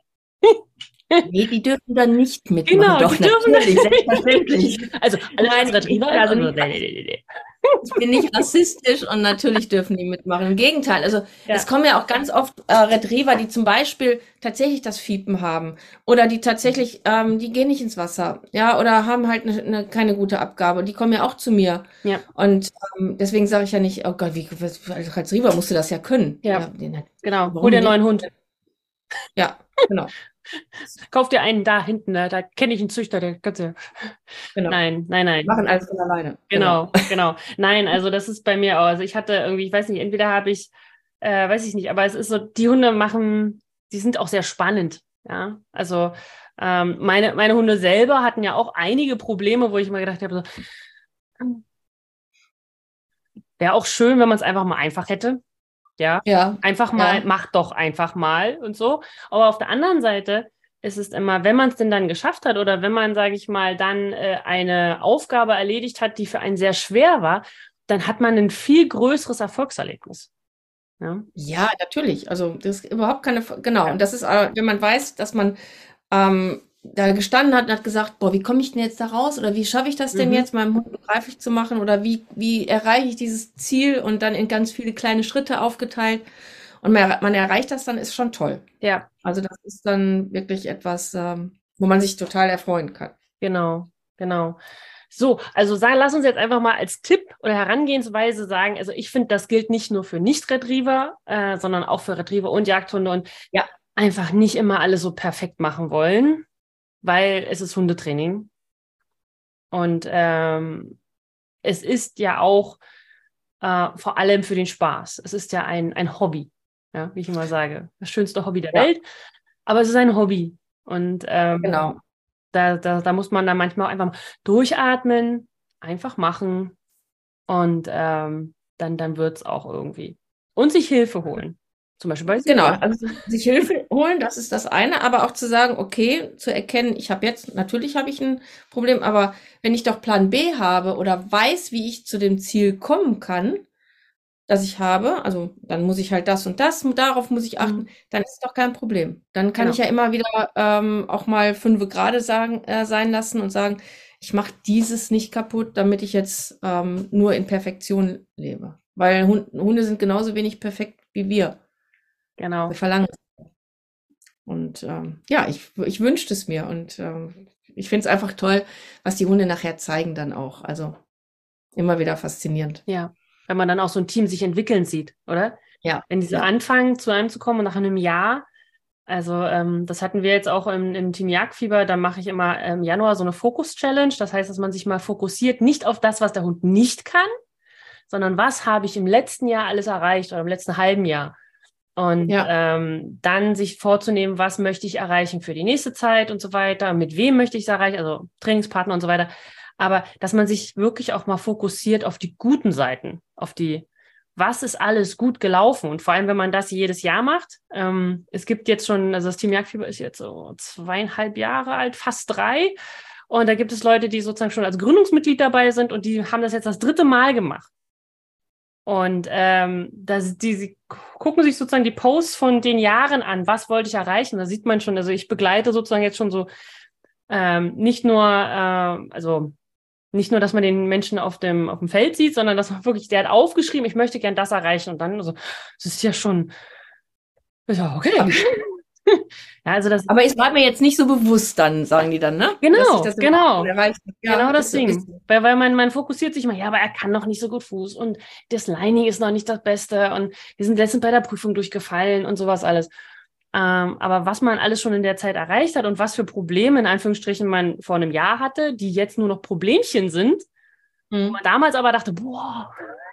B: Nee, die dürfen dann nicht mitmachen.
A: Genau,
B: doch,
A: die dürfen
B: natürlich, selbstverständlich.
A: Also, alle Retriever,
B: also ich bin nicht rassistisch und natürlich dürfen die mitmachen. Im Gegenteil, also es kommen ja auch ganz oft Retriever, die zum Beispiel tatsächlich das Fiepen haben oder die tatsächlich, die gehen nicht ins Wasser, ja, oder haben halt keine gute Abgabe. Und die kommen ja auch zu mir.
A: Ja.
B: Und deswegen sage ich ja nicht, oh Gott, als Retriever musst du das ja können.
A: Ja, genau. Hol dir einen neuen Hund.
B: Ja, genau.
A: Kauf dir einen da hinten, da kenne ich einen Züchter, der ganze.
B: Genau.
A: Nein.
B: Machen alles von alleine.
A: Genau. Nein, also das ist bei mir auch. Also ich hatte irgendwie, ich weiß nicht, entweder habe ich, weiß ich nicht, aber es ist so, die Hunde die sind auch sehr spannend. Ja, also meine Hunde selber hatten ja auch einige Probleme, wo ich immer gedacht habe, so, wäre auch schön, wenn man es einfach mal einfach hätte. Ja. Einfach mal, mach doch einfach mal und so. Aber auf der anderen Seite ist es immer, wenn man es denn dann geschafft hat oder wenn man, sage ich mal, dann eine Aufgabe erledigt hat, die für einen sehr schwer war, dann hat man ein viel größeres Erfolgserlebnis.
B: Ja, natürlich. Also das ist überhaupt keine, genau. Und das ist, wenn man weiß, dass man da gestanden hat und hat gesagt, boah, wie komme ich denn jetzt da raus? Oder wie schaffe ich das denn jetzt, meinem Hund begreiflich zu machen? Oder wie erreiche ich dieses Ziel und dann in ganz viele kleine Schritte aufgeteilt? Und man erreicht das dann, ist schon toll.
A: Ja.
B: Also das ist dann wirklich etwas, wo man sich total erfreuen kann.
A: Genau. So, also lass uns jetzt einfach mal als Tipp oder Herangehensweise sagen, also ich finde, das gilt nicht nur für Nicht-Retriever, sondern auch für Retriever und Jagdhunde und einfach nicht immer alles so perfekt machen wollen, weil es ist Hundetraining. Und es ist ja auch vor allem für den Spaß. Es ist ja ein Hobby, ja, wie ich immer sage. Das schönste Hobby der Welt, aber es ist ein Hobby. Und
B: genau.
A: Da muss man dann manchmal auch einfach durchatmen, einfach machen und dann wird es auch irgendwie. Und sich Hilfe holen. Zum Beispiel bei
B: Genau,
A: Silber.
B: also sich Hilfe holen, das ist das eine, aber auch zu sagen, okay, zu erkennen, natürlich habe ich ein Problem, aber wenn ich doch Plan B habe oder weiß, wie ich zu dem Ziel kommen kann, das ich habe, also dann muss ich halt das und das, darauf muss ich achten,
A: Mhm.
B: dann ist es doch kein Problem. Dann kann ich
A: Genau.
B: ja immer wieder auch mal 5 gerade sein lassen und sagen, ich mache dieses nicht kaputt, damit ich jetzt nur in Perfektion lebe. Weil Hunde sind genauso wenig perfekt wie wir. Wir
A: Genau.
B: verlangen es. Und ja, ich wünschte es mir und ich finde es einfach toll, was die Hunde nachher zeigen dann auch. Also immer wieder faszinierend.
A: Ja. Wenn man dann auch so ein Team sich entwickeln sieht, oder?
B: Ja,
A: Wenn die so
B: ja.
A: anfangen, zu einem zu kommen und nach einem Jahr, also das hatten wir jetzt auch im Team Jagdfieber, da mache ich immer im Januar so eine Fokus-Challenge. Das heißt, dass man sich mal fokussiert, nicht auf das, was der Hund nicht kann, sondern was habe ich im letzten Jahr alles erreicht oder im letzten halben Jahr. Und
B: Ja.
A: dann sich vorzunehmen, was möchte ich erreichen für die nächste Zeit und so weiter, mit wem möchte ich es erreichen, also Trainingspartner und so weiter. Aber dass man sich wirklich auch mal fokussiert auf die guten Seiten, auf die, was ist alles gut gelaufen. Und vor allem, wenn man das jedes Jahr macht. Es gibt jetzt schon, also das Team Jagdfieber ist jetzt so 2,5 Jahre alt, fast 3. Und da gibt es Leute, die sozusagen schon als Gründungsmitglied dabei sind und die haben das jetzt das 3. Mal gemacht. Und sie gucken sich sozusagen die Posts von den Jahren an, was wollte ich erreichen. Da sieht man schon, also ich begleite sozusagen jetzt schon so nicht nur, also nicht nur, dass man den Menschen auf dem Feld sieht, sondern dass man wirklich, der hat aufgeschrieben, ich möchte gern das erreichen. Und dann, also, das ist ja schon, ja, okay. Ja, also das,
B: Aber es war mir jetzt nicht so bewusst dann, sagen die dann, ne? Dass ich
A: genau,
B: das überhaupt schon
A: genau.
B: erreicht habe. Ja,
A: Genau das
B: ist
A: Ding. Weil man fokussiert sich mal, ja, aber er kann noch nicht so gut Fuß und das Lining ist noch nicht das Beste und wir sind letztens bei der Prüfung durchgefallen und sowas alles. Aber was man alles schon in der Zeit erreicht hat und was für Probleme in Anführungsstrichen man vor einem Jahr hatte, die jetzt nur noch Problemchen sind, wo
B: Mhm.
A: man damals aber dachte, boah,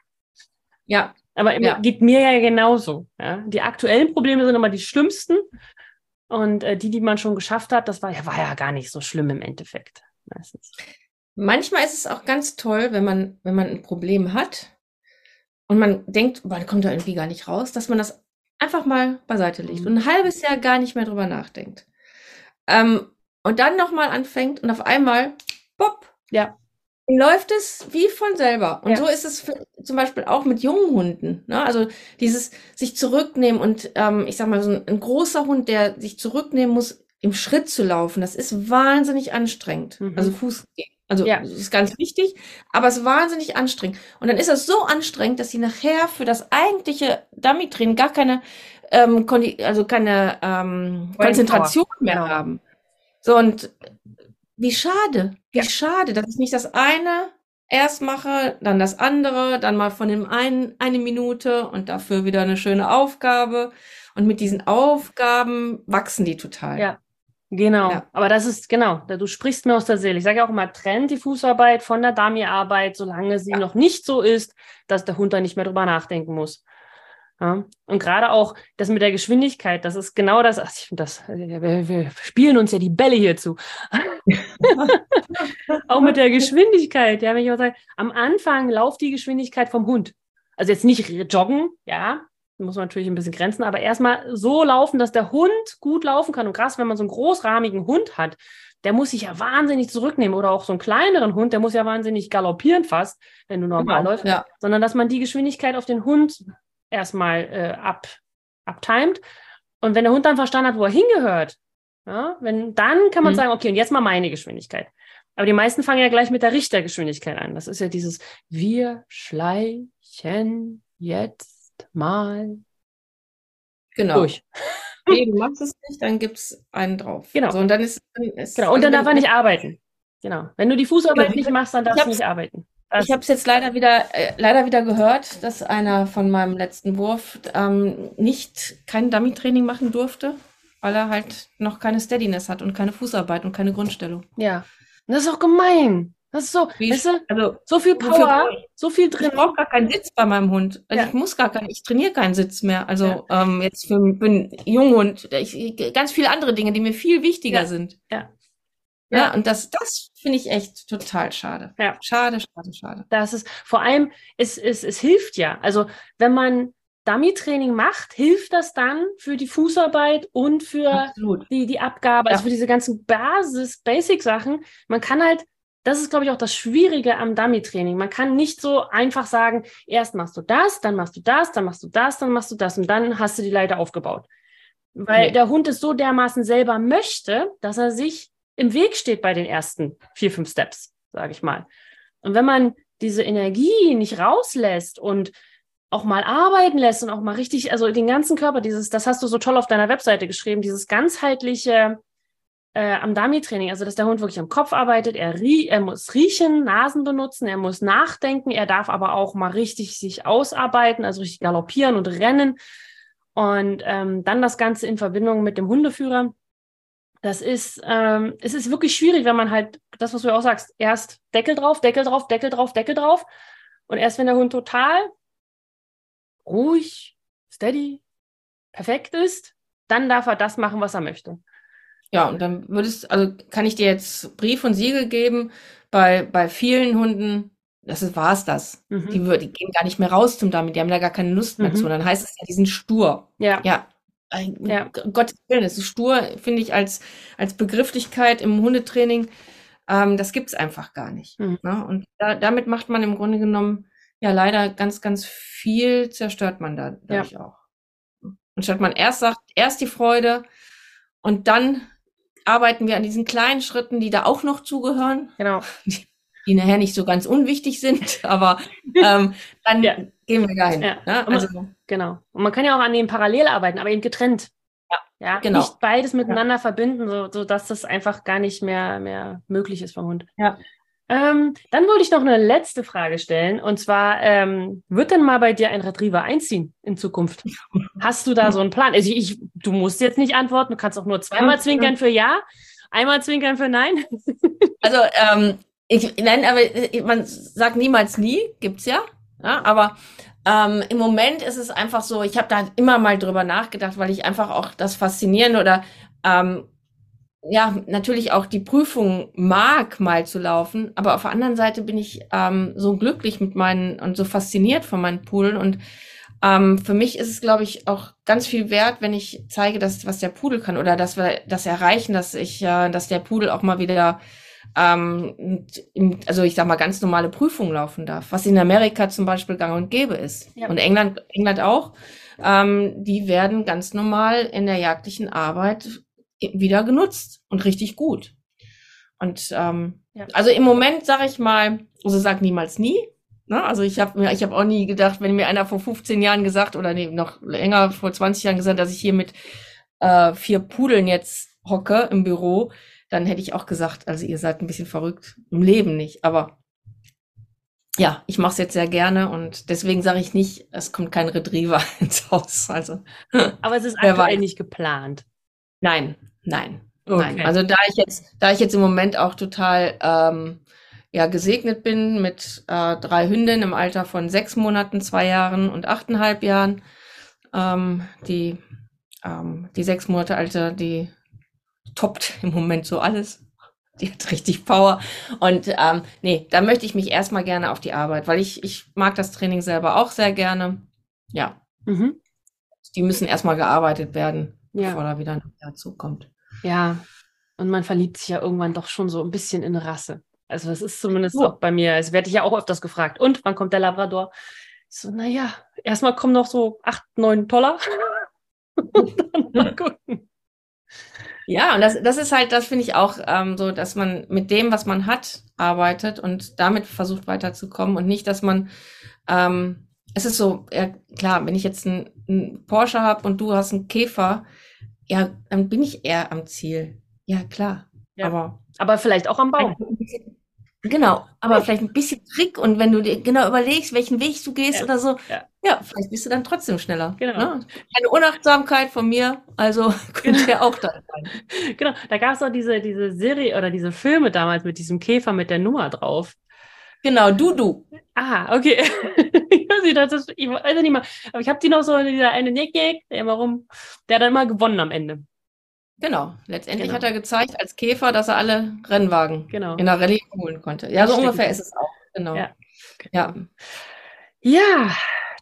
B: Ja,
A: aber
B: ja.
A: geht mir ja genauso. Ja? Die aktuellen Probleme sind immer die schlimmsten und die man schon geschafft hat, das war ja gar nicht so schlimm im Endeffekt meistens.
B: Manchmal ist es auch ganz toll, wenn man ein Problem hat und man denkt, boah, kommt da irgendwie gar nicht raus, dass man das einfach mal beiseite legt
A: Mhm.
B: und ein halbes Jahr gar nicht mehr drüber nachdenkt. Ähm, und dann nochmal anfängt und auf einmal, pop,
A: Ja,
B: läuft es wie von selber. Und so
A: ja.
B: ist es zum Beispiel auch mit jungen Hunden. Ne? Also dieses sich zurücknehmen und ich sag mal, so ein großer Hund, der sich zurücknehmen muss, im Schritt zu laufen, das ist wahnsinnig anstrengend. Also
A: Mhm.
B: Fuß, also
A: Ja,
B: das ist ganz wichtig, aber es ist wahnsinnig anstrengend. Und dann ist das so anstrengend, dass sie nachher für das eigentliche Dummy-Training gar keine, also keine
A: Brainpower,
B: Konzentration mehr
A: genau.
B: haben. So, und wie
A: Ja,
B: schade, dass ich nicht das eine erst mache, dann das andere, dann mal von dem einen eine Minute und dafür wieder eine schöne Aufgabe. Und mit diesen Aufgaben wachsen die total.
A: ja, genau.
B: Ja,
A: Aber das ist, genau, du sprichst mir aus der Seele. Ich sage ja auch immer, trennt die Fußarbeit von der Dummy-Arbeit, solange sie
B: ja,
A: noch nicht so ist, dass der Hund da nicht mehr drüber nachdenken muss. Ja? Und gerade auch das mit der Geschwindigkeit, das ist genau das, ach, ich finde das, wir spielen uns ja die Bälle hier zu. Auch mit der Geschwindigkeit, ja, wenn ich mal sage, am Anfang lauft die Geschwindigkeit vom Hund. Also jetzt nicht joggen, ja, muss man natürlich ein bisschen grenzen, aber erstmal so laufen, dass der Hund gut laufen kann. Und krass, wenn man so einen großrahmigen Hund hat, der muss sich ja wahnsinnig zurücknehmen. Oder auch so einen kleineren Hund, der muss ja wahnsinnig galoppieren fast, wenn du normal
B: genau.
A: läufst.
B: Ja.
A: Sondern dass man die Geschwindigkeit auf den Hund erstmal abtimet. Und wenn der Hund dann verstanden hat, wo er hingehört, ja, dann kann man
B: Mhm.
A: sagen, okay, und jetzt mal meine Geschwindigkeit. Aber die meisten fangen ja gleich mit der Richtergeschwindigkeit an. Das ist ja dieses, wir schleichen jetzt mal
B: Genau.
A: durch.
B: Nee, du machst es nicht, dann gibt's einen drauf. So,
A: Genau,
B: und
A: genau. Und
B: also
A: dann darf er
B: wenn
A: nicht arbeiten. Genau. Wenn du die
B: genau,
A: Fußarbeit nicht machst, dann
B: ich
A: darfst du
B: hab's
A: nicht arbeiten.
B: Ich habe es jetzt leider wieder gehört, dass einer von meinem letzten Wurf kein Dummy-Training machen durfte, weil er halt noch keine Steadiness hat und keine Fußarbeit und keine Grundstellung.
A: Ja. Und das ist auch gemein. Das ist so, weißt du,
B: Also
A: so viel
B: wofür
A: Power,
B: brauche ich?
A: so viel
B: Ich
A: drin.
B: brauche gar keinen Sitz bei meinem Hund. Also
A: Ja,
B: ich trainiere keinen Sitz mehr.
A: ja,
B: Also jetzt für einen Junghund, ganz viele andere Dinge, die mir viel wichtiger
A: ja,
B: sind.
A: ja,
B: Ja,
A: ja,
B: und das finde ich echt total schade.
A: ja.
B: Schade, schade, schade.
A: Das ist vor allem, es hilft ja. Also wenn man Dummy-Training macht, hilft das dann für die Fußarbeit und für
B: Absolut.
A: die Abgabe, also
B: Ja.
A: für diese ganzen Basic-Sachen. Man kann halt, das ist, glaube ich, auch das Schwierige am Dummy-Training. Man kann nicht so einfach sagen, erst machst du das, dann machst du das, dann machst du das, dann machst du das und dann hast du die Leiter aufgebaut. Weil der Hund es so dermaßen selber möchte, dass er sich im Weg steht bei den ersten 4, 5 Steps, sage ich mal. Und wenn man diese Energie nicht rauslässt und auch mal arbeiten lässt und auch mal richtig, also den ganzen Körper, das hast du so toll auf deiner Webseite geschrieben, dieses ganzheitliche am Dummy-Training, also dass der Hund wirklich am Kopf arbeitet, er muss riechen, Nasen benutzen, er muss nachdenken, er darf aber auch mal richtig sich ausarbeiten, also richtig galoppieren und rennen. Und dann das Ganze in Verbindung mit dem Hundeführer. Es ist wirklich schwierig, wenn man halt, das, was du auch sagst, erst Deckel drauf, Deckel drauf, Deckel drauf, Deckel drauf. Und erst wenn der Hund total ruhig, steady, perfekt ist, dann darf er das machen, was er möchte.
B: Ja, und dann also kann ich dir jetzt Brief und Siegel geben, bei vielen Hunden, war's das.
A: Mhm.
B: Die gehen gar nicht mehr raus zum Dummy, die haben da gar keine Lust mehr zu. Und dann heißt es ja, die sind stur.
A: Ja.
B: Ja. Gottes Willen, das ist stur, finde ich, als Begrifflichkeit im Hundetraining, das gibt's einfach gar nicht.
A: Mhm.
B: Ne? Und damit macht man im Grunde genommen, ja, leider ganz, ganz viel zerstört man dadurch auch. Und statt man erst sagt, erst die Freude und dann arbeiten wir an diesen kleinen Schritten, die da auch noch zugehören.
A: Genau.
B: Die nachher nicht so ganz unwichtig sind, aber dann gehen wir dahin.
A: Ja.
B: Ne?
A: Genau. Und man kann ja auch an dem parallel arbeiten, aber eben getrennt. Ja,
B: genau.
A: Nicht beides miteinander verbinden, so dass das einfach gar nicht mehr möglich ist vom Hund.
B: Ja.
A: Dann wollte ich noch eine letzte Frage stellen. Und zwar, wird denn mal bei dir ein Retriever einziehen in Zukunft? Hast du da so einen Plan? Also du musst jetzt nicht antworten, du kannst auch nur zweimal zwinkern für Ja, einmal zwinkern für Nein.
B: Also, man sagt niemals nie, gibt's ja. Aber im Moment ist es einfach so, ich habe da immer mal drüber nachgedacht, weil ich einfach auch das Faszinierende oder natürlich auch die Prüfung mag, mal zu laufen, aber auf der anderen Seite bin ich so glücklich mit und so fasziniert von meinen Pudeln und für mich ist es, glaube ich, auch ganz viel wert, wenn ich zeige, was der Pudel kann oder dass wir das erreichen, dass der Pudel auch mal wieder also ich sag mal, ganz normale Prüfungen laufen darf, was in Amerika zum Beispiel gang und gäbe ist. Ja. Und England auch. Die werden ganz normal in der jagdlichen Arbeit wieder genutzt und richtig gut. Und also im Moment sage ich mal, also sag niemals nie. Ne? Also ich hab auch nie gedacht, wenn mir einer vor 15 Jahren gesagt, oder nee, noch länger, vor 20 Jahren gesagt, dass ich hier mit 4 Pudeln jetzt hocke im Büro, dann hätte ich auch gesagt, also ihr seid ein bisschen verrückt, im Leben nicht. Aber ja, ich mache es jetzt sehr gerne und deswegen sage ich nicht, es kommt kein Retriever ins Haus. Also,
A: aber es ist aktuell nicht geplant.
B: Nein. Okay. Also da ich jetzt im Moment auch total gesegnet bin mit 3 Hündinnen im Alter von 6 Monaten, 2 Jahren und 8,5 Jahren. Die 6 Monate alte, die toppt im Moment so alles. Die hat richtig Power. Und da möchte ich mich erstmal gerne auf die Arbeit, weil ich mag das Training selber auch sehr gerne. Ja. Mhm. Die müssen erstmal gearbeitet werden, bevor da wieder ein Jahr zukommt.
A: Ja. Und man verliebt sich ja irgendwann doch schon so ein bisschen in Rasse. Also das ist zumindest auch bei mir. Es werde ich ja auch öfters gefragt. Und wann kommt der Labrador? Ich so, naja, erstmal kommen noch so 8, 9 Toller. Und dann mal gucken.
B: Ja, und das ist halt, das finde ich auch so, dass man mit dem, was man hat, arbeitet und damit versucht weiterzukommen und nicht, dass man, es ist so, ja, klar, wenn ich jetzt einen Porsche habe und du hast einen Käfer, ja, dann bin ich eher am Ziel. Ja, klar.
A: Ja. Aber vielleicht auch am Baum.
B: Genau, aber vielleicht ein bisschen Trick und wenn du dir genau überlegst, welchen Weg du gehst oder so, vielleicht bist du dann trotzdem schneller.
A: Genau.
B: Ne? Eine Unachtsamkeit von mir, also könnte ja auch da sein.
A: Genau, da gab es auch diese Serie oder diese Filme damals mit diesem Käfer mit der Nummer drauf.
B: Genau, Dudu.
A: Ah, okay. Ich weiß nicht mal, aber ich habe die noch so, dieser eine der immer der hat dann immer gewonnen am Ende.
B: Genau, letztendlich hat er gezeigt als Käfer, dass er alle Rennwagen in der Rallye holen konnte. Ja, so ungefähr ist es auch. Genau.
A: Ja,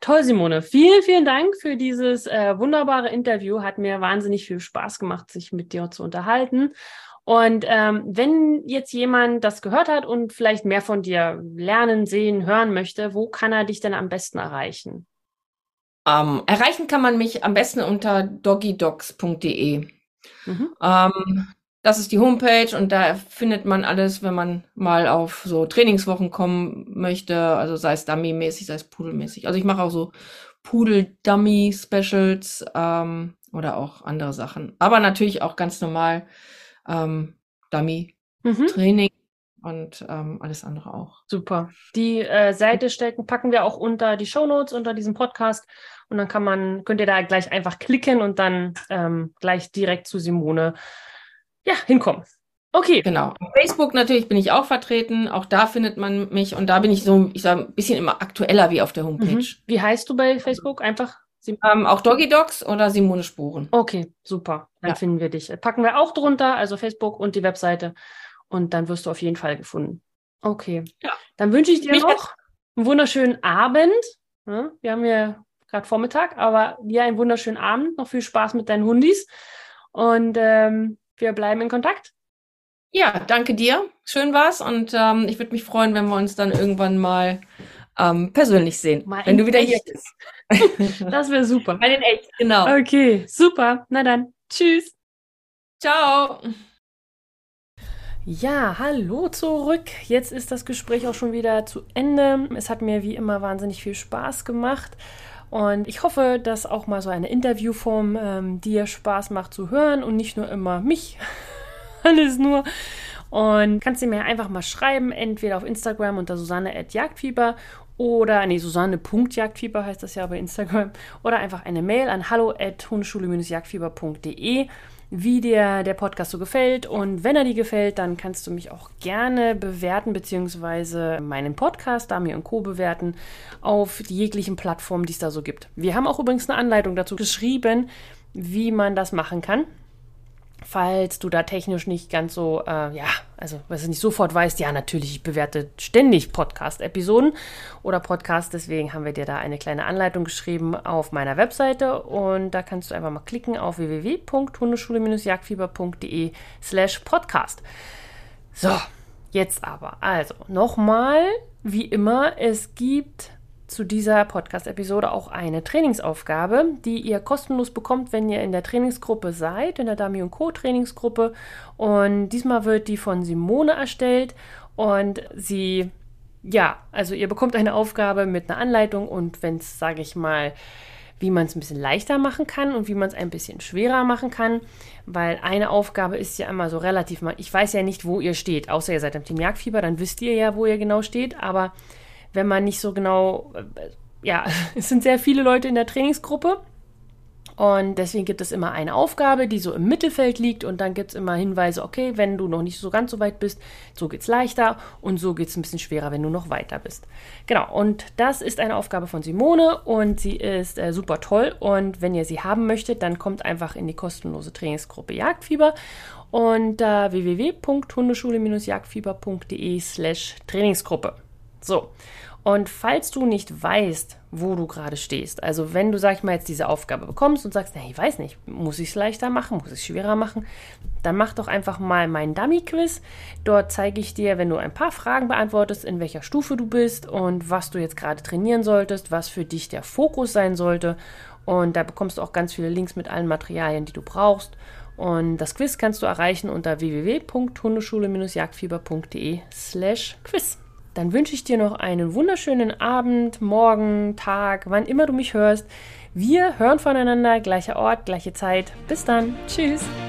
A: Toll, Simone. Vielen, vielen Dank für dieses wunderbare Interview. Hat mir wahnsinnig viel Spaß gemacht, sich mit dir zu unterhalten. Und wenn jetzt jemand das gehört hat und vielleicht mehr von dir lernen, sehen, hören möchte, wo kann er dich denn am besten erreichen?
B: Erreichen kann man mich am besten unter doggydogs.de. Das ist die Homepage und da findet man alles, wenn man mal auf so Trainingswochen kommen möchte, also sei es Dummy-mäßig, sei es Pudelmäßig. Also ich mache auch so Pudel-Dummy-Specials oder auch andere Sachen. Aber natürlich auch ganz normal Dummy-Training und alles andere auch.
A: Super. Die Seite packen wir auch unter die Shownotes, unter diesem Podcast. Und dann könnt ihr da gleich einfach klicken und dann gleich direkt zu Simone hinkommen. Okay.
B: Genau. Auf Facebook natürlich bin ich auch vertreten. Auch da findet man mich. Und da bin ich so, ich sage, ein bisschen immer aktueller wie auf der Homepage.
A: Wie heißt du bei Facebook? Einfach
B: auch Doggy Dogs oder Simone Sporen.
A: Okay, super. Dann finden wir dich. Packen wir auch drunter, also Facebook und die Webseite. Und dann wirst du auf jeden Fall gefunden. Okay. Ja. Dann wünsche ich dir noch einen wunderschönen Abend. Ja, wir haben ja gerade Vormittag, aber dir einen wunderschönen Abend. Noch viel Spaß mit deinen Hundis. Und wir bleiben in Kontakt.
B: Ja, danke dir. Schön war's. Und ich würde mich freuen, wenn wir uns dann irgendwann mal persönlich sehen. Wenn du wieder hier bist.
A: Das wäre super.
B: Mal in echt, genau.
A: Okay, super. Na dann. Tschüss.
B: Ciao.
A: Ja, hallo zurück. Jetzt ist das Gespräch auch schon wieder zu Ende. Es hat mir wie immer wahnsinnig viel Spaß gemacht. Und ich hoffe, dass auch mal so eine Interviewform dir Spaß macht zu hören und nicht nur immer mich. Alles nur. Und kannst du mir einfach mal schreiben, entweder auf Instagram unter Susanne@Jagdfieber oder, Susanne.Jagdfieber heißt das ja bei Instagram, oder einfach eine Mail an hallo@hundeschule-jagdfieber.de, wie dir der Podcast so gefällt. Und wenn er dir gefällt, dann kannst du mich auch gerne bewerten, beziehungsweise meinen Podcast, Dami und Co. bewerten, auf die jeglichen Plattformen, die es da so gibt. Wir haben auch übrigens eine Anleitung dazu geschrieben, wie man das machen kann. Falls du da technisch nicht ganz so, was du nicht sofort weißt, ja, natürlich, ich bewerte ständig Podcast-Episoden oder Podcasts, deswegen haben wir dir da eine kleine Anleitung geschrieben auf meiner Webseite und da kannst du einfach mal klicken auf www.hundeschule-jagdfieber.de/podcast. So, jetzt aber, also nochmal, wie immer, es gibt zu dieser Podcast-Episode auch eine Trainingsaufgabe, die ihr kostenlos bekommt, wenn ihr in der Trainingsgruppe seid, in der Dami & Co. Trainingsgruppe. Und diesmal wird die von Simone erstellt und ihr bekommt eine Aufgabe mit einer Anleitung und wenn es, sage ich mal, wie man es ein bisschen leichter machen kann und wie man es ein bisschen schwerer machen kann, weil eine Aufgabe ist ja immer so relativ, ich weiß ja nicht, wo ihr steht, außer ihr seid im Team Jagdfieber, dann wisst ihr ja, wo ihr genau steht, aber wenn man nicht so genau, es sind sehr viele Leute in der Trainingsgruppe und deswegen gibt es immer eine Aufgabe, die so im Mittelfeld liegt und dann gibt es immer Hinweise, okay, wenn du noch nicht so ganz so weit bist, so geht's leichter und so geht's ein bisschen schwerer, wenn du noch weiter bist. Genau, und das ist eine Aufgabe von Simone und sie ist super toll und wenn ihr sie haben möchtet, dann kommt einfach in die kostenlose Trainingsgruppe Jagdfieber unter www.hundeschule-jagdfieber.de/Trainingsgruppe. So, und falls du nicht weißt, wo du gerade stehst, also wenn du, sag ich mal, jetzt diese Aufgabe bekommst und sagst, ich weiß nicht, muss ich es leichter machen, muss ich es schwerer machen, dann mach doch einfach mal meinen Dummy-Quiz. Dort zeige ich dir, wenn du ein paar Fragen beantwortest, in welcher Stufe du bist und was du jetzt gerade trainieren solltest, was für dich der Fokus sein sollte. Und da bekommst du auch ganz viele Links mit allen Materialien, die du brauchst. Und das Quiz kannst du erreichen unter www.hundeschule-jagdfieber.de/Quiz. Dann wünsche ich dir noch einen wunderschönen Abend, Morgen, Tag, wann immer du mich hörst. Wir hören voneinander, gleicher Ort, gleiche Zeit. Bis dann. Tschüss.